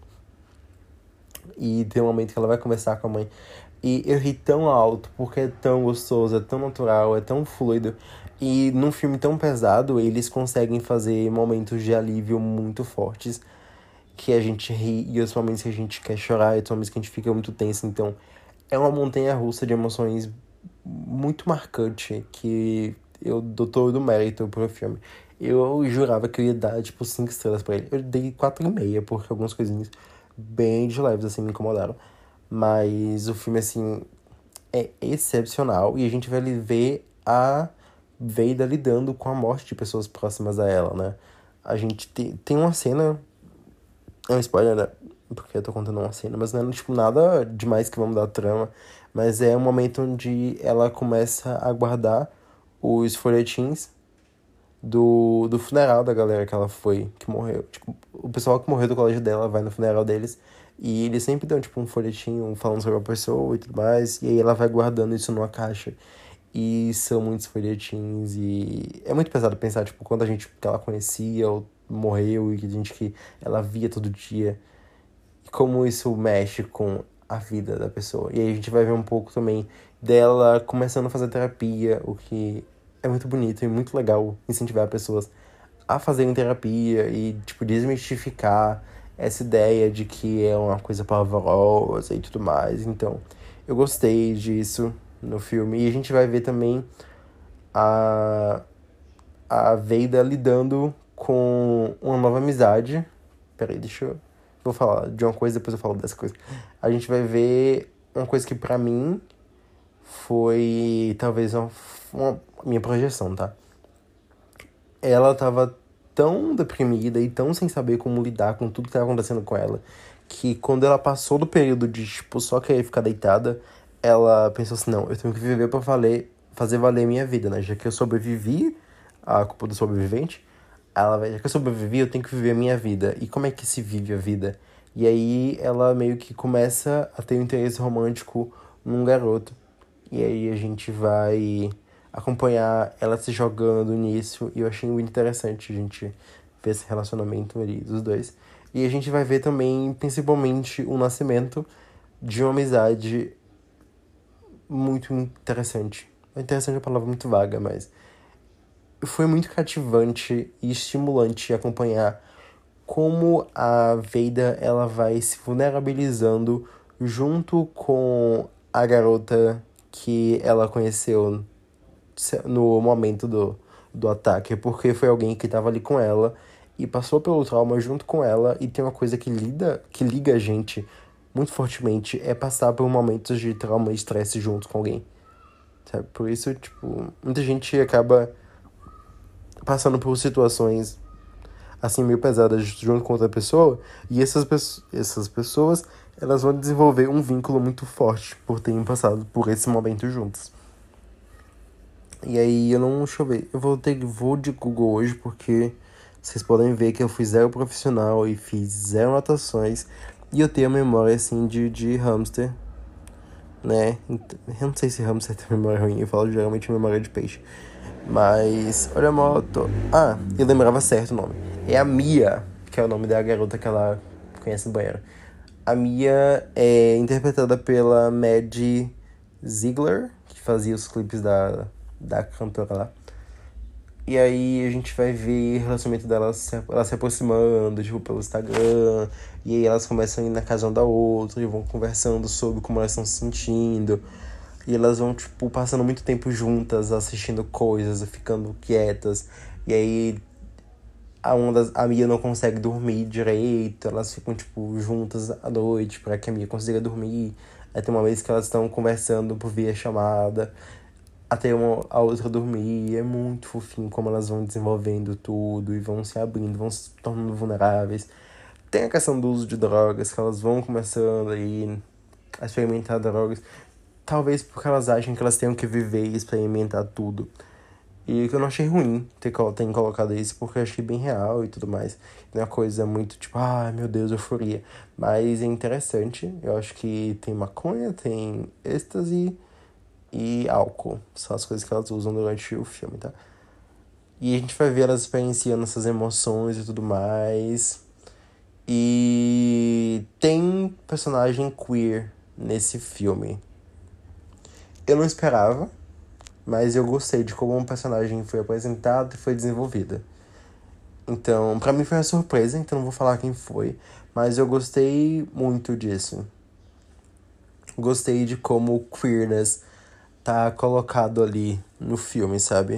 E tem um momento que ela vai conversar com a mãe. E eu ri tão alto, porque é tão gostoso, é tão natural, é tão fluido. E num filme tão pesado, eles conseguem fazer momentos de alívio muito fortes. Que a gente ri, e os momentos que a gente quer chorar, e os momentos que a gente fica muito tenso. Então, é uma montanha-russa de emoções muito marcante, que eu dou todo o mérito pro filme. Eu jurava que eu ia dar, tipo, 5 estrelas pra ele. Eu dei 4,5, porque algumas coisinhas bem de leves, assim, me incomodaram. Mas o filme, assim, é excepcional. E a gente vai ver a Veida lidando com a morte de pessoas próximas a ela, né? A gente tem uma cena... É um spoiler, né? Porque eu tô contando uma cena, mas não é, tipo, nada demais que vamos dar trama. Mas é um momento onde ela começa a guardar os folhetins do funeral da galera que ela foi, que morreu. Tipo, o pessoal que morreu do colégio dela vai no funeral deles. E eles sempre dão, tipo, um folhetinho falando sobre a pessoa e tudo mais. E aí ela vai guardando isso numa caixa. E são muitos folhetins. E é muito pesado pensar, tipo, quanta gente que ela conhecia ou morreu e que gente que ela via todo dia. E como isso mexe com a vida da pessoa. E aí a gente vai ver um pouco também dela começando a fazer terapia, o que é muito bonito e muito legal incentivar pessoas a fazerem terapia e, tipo, desmistificar essa ideia de que é uma coisa pavorosa e tudo mais. Então, eu gostei disso no filme. E a gente vai ver também a, a Veida lidando com uma nova amizade. Peraí, deixa eu... Vou falar de uma coisa, depois eu falo dessa coisa. A gente vai ver uma coisa que pra mim foi talvez uma minha projeção, tá? Ela tava tão deprimida e tão sem saber como lidar com tudo que tava acontecendo com ela, que quando ela passou do período de, tipo, só querer ficar deitada, ela pensou assim, não, eu tenho que viver pra fazer valer minha vida, né? Já que eu sobrevivi, a culpa do sobrevivente, ela vai, já que eu sobrevivi, eu tenho que viver a minha vida. E como é que se vive a vida? E aí ela meio que começa a ter um interesse romântico num garoto. E aí a gente vai acompanhar ela se jogando nisso. E eu achei muito interessante a gente ver esse relacionamento ali dos dois. E a gente vai ver também, principalmente, o nascimento de uma amizade muito interessante. Interessante é uma palavra muito vaga, mas foi muito cativante e estimulante acompanhar como a Veida ela vai se vulnerabilizando junto com a garota que ela conheceu no momento do ataque, porque foi alguém que estava ali com ela e passou pelo trauma junto com ela. E tem uma coisa que liga a gente muito fortemente, é passar por momentos de trauma e estresse junto com alguém, sabe? Por isso, tipo, muita gente acaba passando por situações assim meio pesadas junto com outra pessoa, e essas pessoas elas vão desenvolver um vínculo muito forte por terem passado por esse momento juntos. E aí eu não, deixa eu ver, vou de Google hoje porque vocês podem ver que eu fui zero profissional e fiz zero anotações, e eu tenho a memória assim de hamster, né? Eu não sei se hamster tem memória ruim, eu falo geralmente memória de peixe. Mas, olha a moto. Ah, eu lembrava certo o nome. É a Mia, que é o nome da garota que ela conhece no banheiro. A Mia é interpretada pela Maddie Ziegler, que fazia os clipes da cantora lá. E aí a gente vai ver o relacionamento delas, ela se aproximando, tipo, pelo Instagram. E aí elas começam a ir na casa uma da outra e vão conversando sobre como elas estão se sentindo. E elas vão, tipo, passando muito tempo juntas, assistindo coisas, ficando quietas. E aí a Mia não consegue dormir direito, elas ficam, tipo, juntas à noite pra que a Mia consiga dormir. Aí tem uma vez que elas estão conversando por via chamada, até a outra dormir. É muito fofinho como elas vão desenvolvendo tudo e vão se abrindo, vão se tornando vulneráveis. tem a questão do uso de drogas, que elas vão começando aí a experimentar drogas. Talvez porque elas acham que elas tenham que viver e experimentar tudo. E que eu não achei ruim terem colocado isso, porque eu achei bem real e tudo mais. Não é uma coisa muito tipo, ai meu Deus, euforia. Mas é interessante. Eu acho que tem maconha, tem êxtase e álcool. São as coisas que elas usam durante o filme, tá? E a gente vai ver elas experienciando essas emoções e tudo mais. E tem personagem queer nesse filme. Eu não esperava, mas eu gostei de como o personagem foi apresentado e foi desenvolvida. Então, pra mim foi uma surpresa, então não vou falar quem foi, mas eu gostei muito disso. Gostei de como o queerness tá colocado ali no filme, sabe?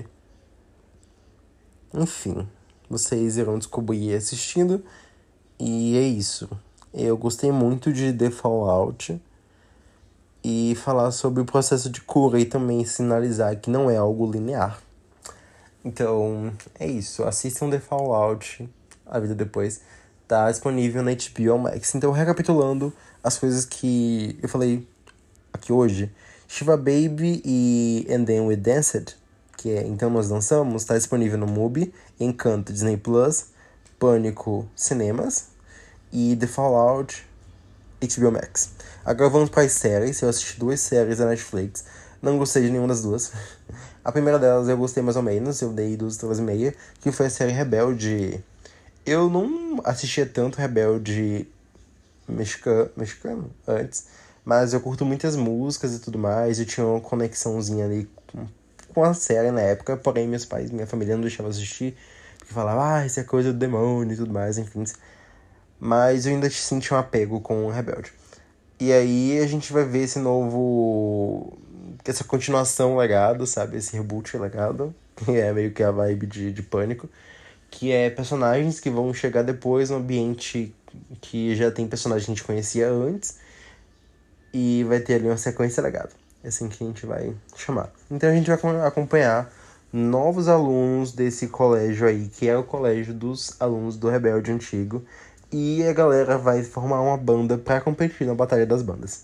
Enfim, vocês irão descobrir assistindo, e é isso. Eu gostei muito de The Fallout e falar sobre o processo de cura e também sinalizar que não é algo linear. Então, é isso. Assistam The Fallout, A Vida Depois. Tá disponível na HBO Max. Então, recapitulando as coisas que eu falei aqui hoje. Shiva Baby e And Then We Danced, que é Então Nós Dançamos, tá disponível no Mubi, Encanto Disney Plus, Pânico Cinemas e The Fallout HBO Max. Agora vamos para as séries. Eu assisti 2 séries da Netflix. Não gostei de nenhuma das duas. A primeira delas eu gostei mais ou menos. Eu dei 2 estrelas e meia. Que foi a série Rebelde. Eu não assistia tanto Rebelde mexicano antes. Mas eu curto muitas músicas e tudo mais. Eu tinha uma conexãozinha ali com a série na época. Porém, meus pais, minha família não deixavam assistir. Porque falavam, isso é coisa do demônio e tudo mais, enfim. Mas eu ainda senti um apego com o Rebelde. E aí a gente vai ver esse novo... essa continuação legado, sabe? Esse reboot legado. Que é meio que a vibe de Pânico. Que é personagens que vão chegar depois no ambiente que já tem personagens que a gente conhecia antes. E vai ter ali uma sequência legado. É assim que a gente vai chamar. Então a gente vai acompanhar novos alunos desse colégio aí, que é o colégio dos alunos do Rebelde Antigo. E a galera vai formar uma banda pra competir na Batalha das Bandas.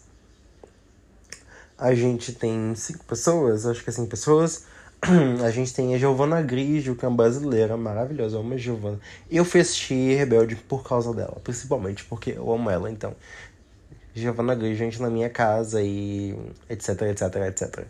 A gente tem 5 pessoas, acho que é 5 pessoas. A gente tem a Giovanna Grigio, que é uma brasileira maravilhosa, eu amo a Giovanna. Eu fui assistir Rebelde por causa dela, principalmente porque eu amo ela, então. Giovanna Grigio, gente na minha casa e etc, etc, etc.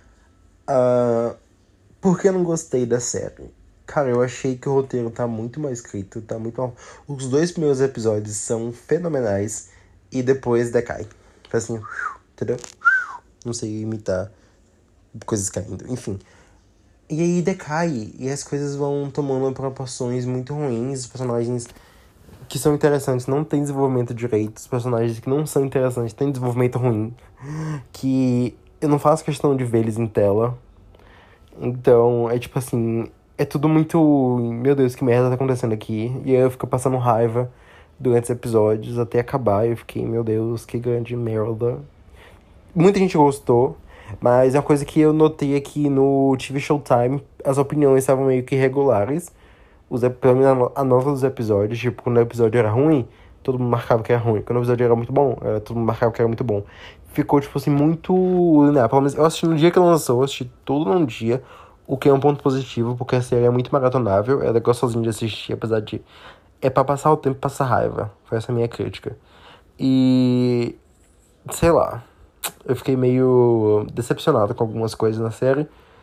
Por que eu não gostei da série? Cara, eu achei que o roteiro tá muito mal escrito, tá muito mal. Os 2 primeiros episódios são fenomenais e depois decai. Faz assim, entendeu? Não sei imitar coisas caindo, enfim. E aí decai, e as coisas vão tomando proporções muito ruins. Os personagens que são interessantes não têm desenvolvimento direito. Os personagens que não são interessantes têm desenvolvimento ruim. Que eu não faço questão de ver eles em tela. Então, é tipo assim... é tudo muito... meu Deus, que merda tá acontecendo aqui. E aí eu fico passando raiva durante os episódios até acabar. Eu fiquei, meu Deus, que grande merda. Muita gente gostou, mas é uma coisa que eu notei aqui no TV Showtime. As opiniões estavam meio que irregulares. Pelo menos a nota dos episódios. Tipo, quando o episódio era ruim, todo mundo marcava que era ruim. Quando o episódio era muito bom, todo mundo marcava que era muito bom. Ficou, tipo assim, muito linear. Pelo menos eu assisti no dia que ela lançou, eu assisti tudo num dia. O que é um ponto positivo, porque a série é muito maratonável. Ela é gostosinha de assistir, apesar de... é pra passar o tempo e passar raiva. Foi essa a minha crítica. E... sei lá. Eu fiquei meio decepcionado com algumas coisas na série.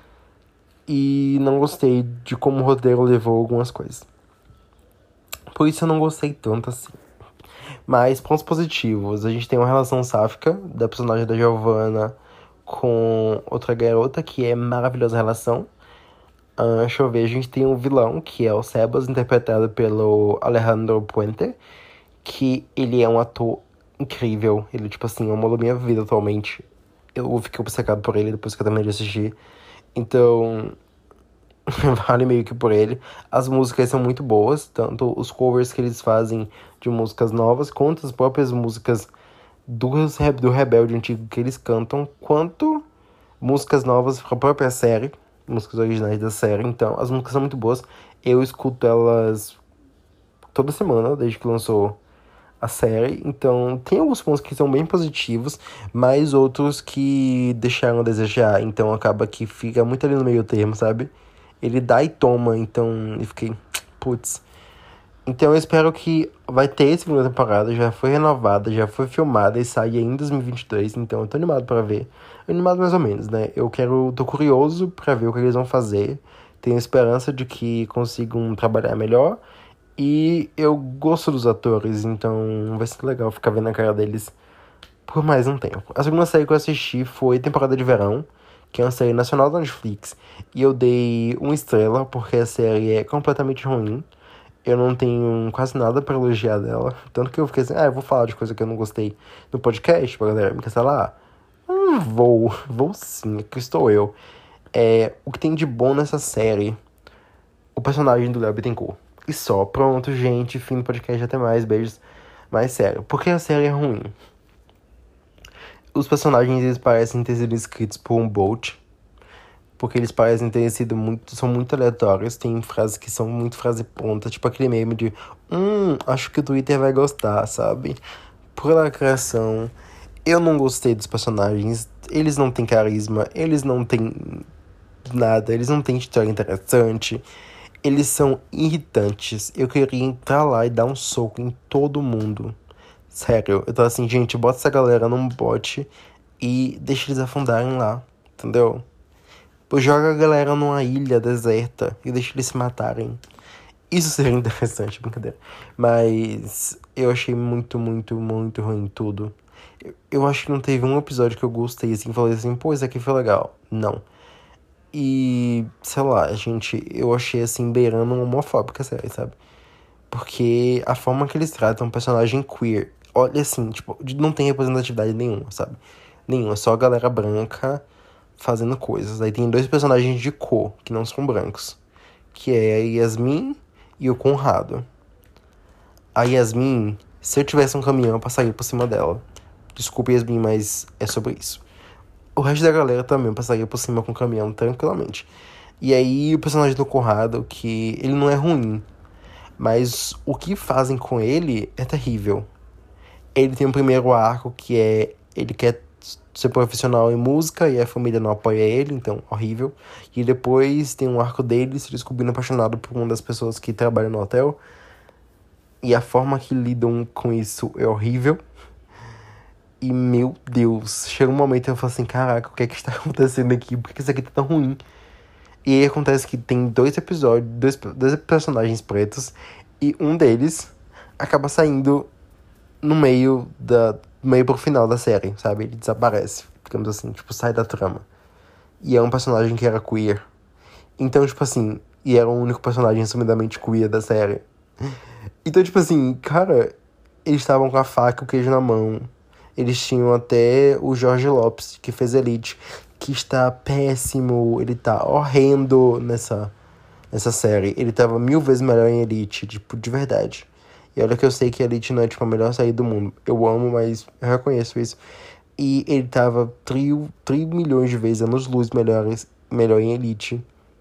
E não gostei de como o roteiro levou algumas coisas. Por isso eu não gostei tanto assim. Mas pontos positivos. A gente tem uma relação sáfica da personagem da Giovanna com outra garota, que é maravilhosa relação. Deixa eu ver, a gente tem um vilão, que é o Sebas, interpretado pelo Alejandro Puente, que ele é um ator incrível. Ele, tipo assim, amou a minha vida atualmente. Eu fiquei obcecado por ele depois que eu terminei de assistir. Então, vale meio que por ele. As músicas são muito boas, tanto os covers que eles fazem de músicas novas, quanto as próprias músicas do Rebelde Antigo que eles cantam, quanto músicas novas para a própria série, músicas originais da série. Então, as músicas são muito boas. Eu escuto elas toda semana, desde que lançou a série. Então, tem alguns pontos que são bem positivos, mas outros que deixaram a desejar. Então, acaba que fica muito ali no meio termo, sabe? Ele dá e toma, então eu fiquei, putz. Então, eu espero que vai ter a segunda temporada, já foi renovada, já foi filmada e sai em 2022. Então, eu tô animado pra ver. Animado mais ou menos, né? Tô curioso pra ver o que eles vão fazer. Tenho esperança de que consigam trabalhar melhor. E eu gosto dos atores, então vai ser legal ficar vendo a cara deles por mais um tempo. A segunda série que eu assisti foi Temporada de Verão, que é uma série nacional da Netflix. E eu dei uma estrela, porque a série é completamente ruim. Eu não tenho quase nada pra elogiar dela. Tanto que eu fiquei assim, eu vou falar de coisa que eu não gostei no podcast, pra galera me cancelar. Vou sim, aqui estou eu. O que tem de bom nessa série? O personagem do Léo Bittencourt. E só, pronto, gente, fim do podcast, até mais, beijos. Mas sério, por que a série é ruim? Os personagens, eles parecem ter sido escritos por um bot, porque eles parecem ter sido são muito aleatórios, tem frases que são muito frase pronta, tipo aquele meme de acho que o Twitter vai gostar, sabe? Por lacração. Eu não gostei dos personagens, eles não têm carisma, eles não têm nada, eles não têm história interessante. Eles são irritantes. Eu queria entrar lá e dar um soco em todo mundo. Sério, eu tô assim, gente, bota essa galera num bote e deixa eles afundarem lá, entendeu? Pô, joga a galera numa ilha deserta e deixa eles se matarem. Isso seria interessante, brincadeira. Mas eu achei muito, muito, muito ruim tudo. Eu acho que não teve um episódio que eu gostei assim, falei assim, pô, isso aqui foi legal. Não. E, sei lá, gente, eu achei assim, beirando uma homofóbica série, sabe? Porque a forma que eles tratam um personagem queer, olha assim, tipo, não tem representatividade nenhuma, sabe? Nenhuma, é só a galera branca fazendo coisas. Aí tem dois personagens de cor, que não são brancos, que é a Yasmin e o Conrado. A Yasmin, se eu tivesse um caminhão, eu passaria por cima dela. Desculpa, Yasmin, mas é sobre isso. O resto da galera também passaria por cima com o caminhão tranquilamente. E aí o personagem do Conrado, que ele não é ruim, mas o que fazem com ele é terrível. Ele tem um primeiro arco que é... Ele quer ser profissional em música e a família não apoia ele, então horrível. E depois tem um arco dele se descobrindo apaixonado por uma das pessoas que trabalha no hotel. E a forma que lidam com isso é horrível. E, meu Deus, chega um momento que eu falo assim, caraca, o que é que está acontecendo aqui? Por que isso aqui tá tão ruim? E aí acontece que tem dois episódios, dois personagens pretos, e um deles acaba saindo no meio pro final da série, sabe? Ele desaparece, digamos assim, tipo, sai da trama. E é um personagem que era queer. Então, tipo assim, e era o único personagem assumidamente queer da série. Então, tipo assim, cara, eles estavam com a faca e o queijo na mão. Eles tinham até o Jorge Lopes, que fez Elite, que está péssimo, ele tá horrendo nessa série. Ele tava 1000 vezes melhor em Elite, tipo, de verdade. E olha que eu sei que Elite não é, tipo, a melhor série do mundo. Eu amo, mas eu reconheço isso. E ele tava milhões de vezes, anos-luz melhor em Elite.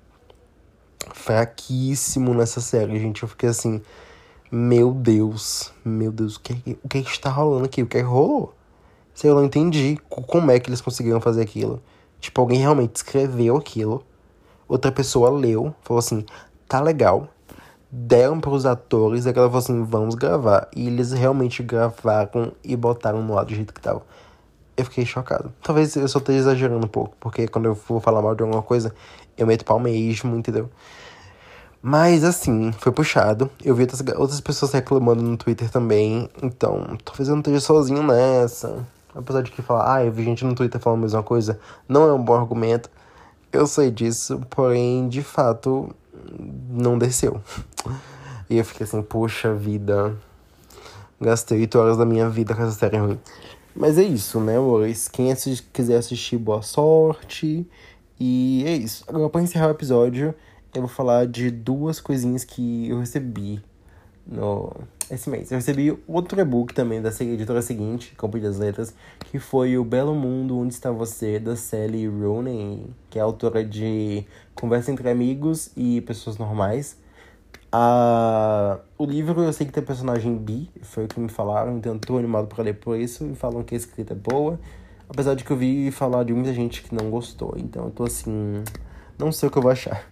Fraquíssimo nessa série, gente. Eu fiquei assim, meu Deus, o que está rolando aqui? O que rolou? Sei, eu não entendi como é que eles conseguiram fazer aquilo. Tipo, alguém realmente escreveu aquilo, outra pessoa leu, falou assim, tá legal. Deram pros atores, e ela falou assim, vamos gravar. E eles realmente gravaram e botaram no ar do jeito que tava. Eu fiquei chocado. Talvez eu só esteja exagerando um pouco, porque quando eu for falar mal de alguma coisa, eu meto pau mesmo, entendeu? Mas, assim, foi puxado. Eu vi outras pessoas reclamando no Twitter também. Então, talvez eu não esteja sozinho nessa. Apesar de que falar, eu vi gente no Twitter falando a mesma coisa, não é um bom argumento. Eu sei disso, porém, de fato, não desceu. E eu fiquei assim, poxa vida. Gastei 8 horas da minha vida com essa série ruim. Mas é isso, né, amores? Quem quiser assistir, boa sorte. E é isso. Agora, pra encerrar o episódio, eu vou falar de duas coisinhas que eu recebi esse mês. Eu recebi outro e-book também da editora seguinte, Campo das Letras, que foi O Belo Mundo, Onde Está Você, da Sally Rooney, que é autora de Conversa Entre Amigos e Pessoas Normais. O livro eu sei que tem personagem bi, foi o que me falaram, então eu tô animado pra ler por isso. E falam que a escrita é boa, apesar de que eu vi falar de muita gente que não gostou. Então eu tô assim, não sei o que eu vou achar.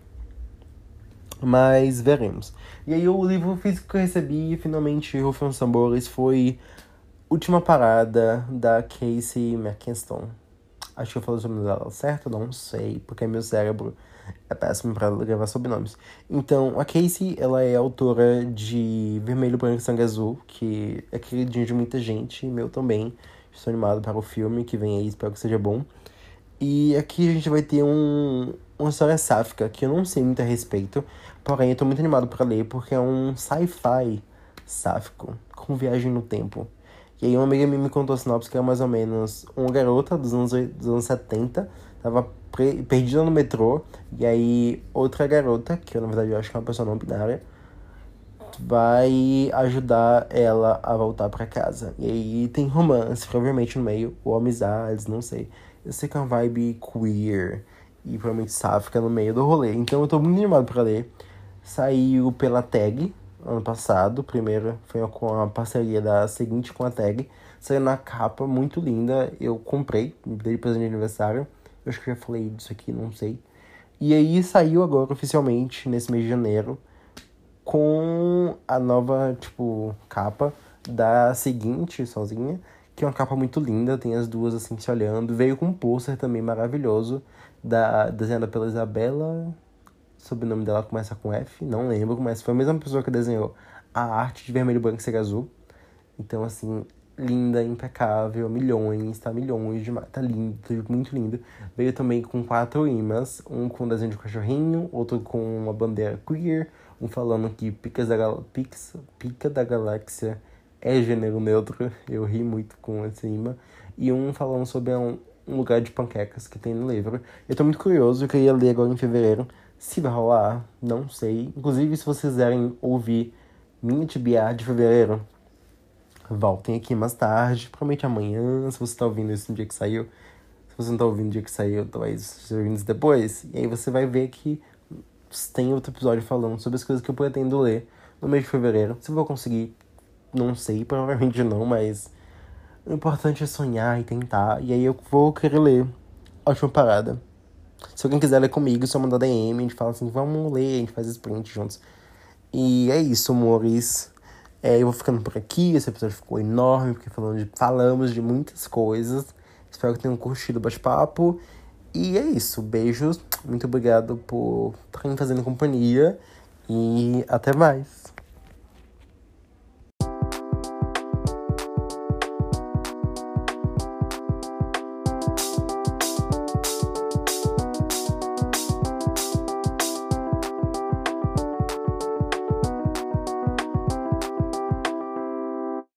Mas veremos. E aí o livro físico que eu recebi, finalmente, Rufem os Tambores, foi Última Parada, da Casey McKinston. Acho que eu falei o nome dela certo? Não sei, porque meu cérebro é péssimo pra gravar sobrenomes. Então, a Casey, ela é autora de Vermelho, Branco e Sangue Azul, que é queridinho de muita gente, meu também. Estou animado para o filme que vem aí, espero que seja bom. E aqui a gente vai ter uma história sáfica, que eu não sei muito a respeito, porém eu tô muito animado para ler, porque é um sci-fi sáfico, com viagem no tempo. E aí uma amiga minha me contou a sinopse que era mais ou menos uma garota dos anos 70, tava perdida no metrô, e aí outra garota, que eu na verdade eu acho que é uma pessoa não binária, vai ajudar ela a voltar pra casa. E aí tem romance, provavelmente no meio, ou amizades, não sei. Eu sei que é uma vibe queer e provavelmente sáfica no meio do rolê. Então eu tô muito animado pra ler. Saiu pela Tag ano passado. Primeiro foi com a parceria da Seguinte com a Tag. Saiu na capa, muito linda. Eu comprei, dei presente de aniversário. Eu acho que eu já falei disso aqui, não sei. E aí saiu agora oficialmente, nesse mês de janeiro, com a nova, tipo, capa da Seguinte, sozinha, que é uma capa muito linda, tem as duas assim se olhando. Veio com um pôster também maravilhoso, desenhada pela Isabela, sob o nome dela começa com F, não lembro, mas foi a mesma pessoa que desenhou a arte de Vermelho, Branco e Sangue Azul. Então, assim, linda, impecável, milhões, tá milhões demais, tá lindo, tá muito lindo. Veio também com 4 imãs, um com desenho de cachorrinho, outro com uma bandeira queer, um falando que Pica da Galáxia é gênero neutro, eu ri muito com esse imã, e um falando sobre um lugar de panquecas que tem no livro. Eu tô muito curioso, eu queria ler agora em fevereiro. Se vai rolar, não sei. Inclusive, se vocês quiserem ouvir minha TBR de fevereiro, voltem aqui mais tarde, provavelmente amanhã, se você tá ouvindo isso no dia que saiu. Se você não tá ouvindo no dia que saiu, talvez você ouvindo isso depois. E aí você vai ver que tem outro episódio falando sobre as coisas que eu pretendo ler no mês de fevereiro. Se eu vou conseguir, não sei, provavelmente não, mas o importante é sonhar e tentar. E aí eu vou querer ler Ótima Parada. Se alguém quiser ler comigo, só mandar DM, a gente fala assim, vamos ler, a gente faz sprint juntos. E é isso, amores. Eu vou ficando por aqui, esse episódio ficou enorme, porque falamos de muitas coisas. Espero que tenham curtido o bate-papo. E é isso, beijos, muito obrigado por estarem fazendo companhia e até mais.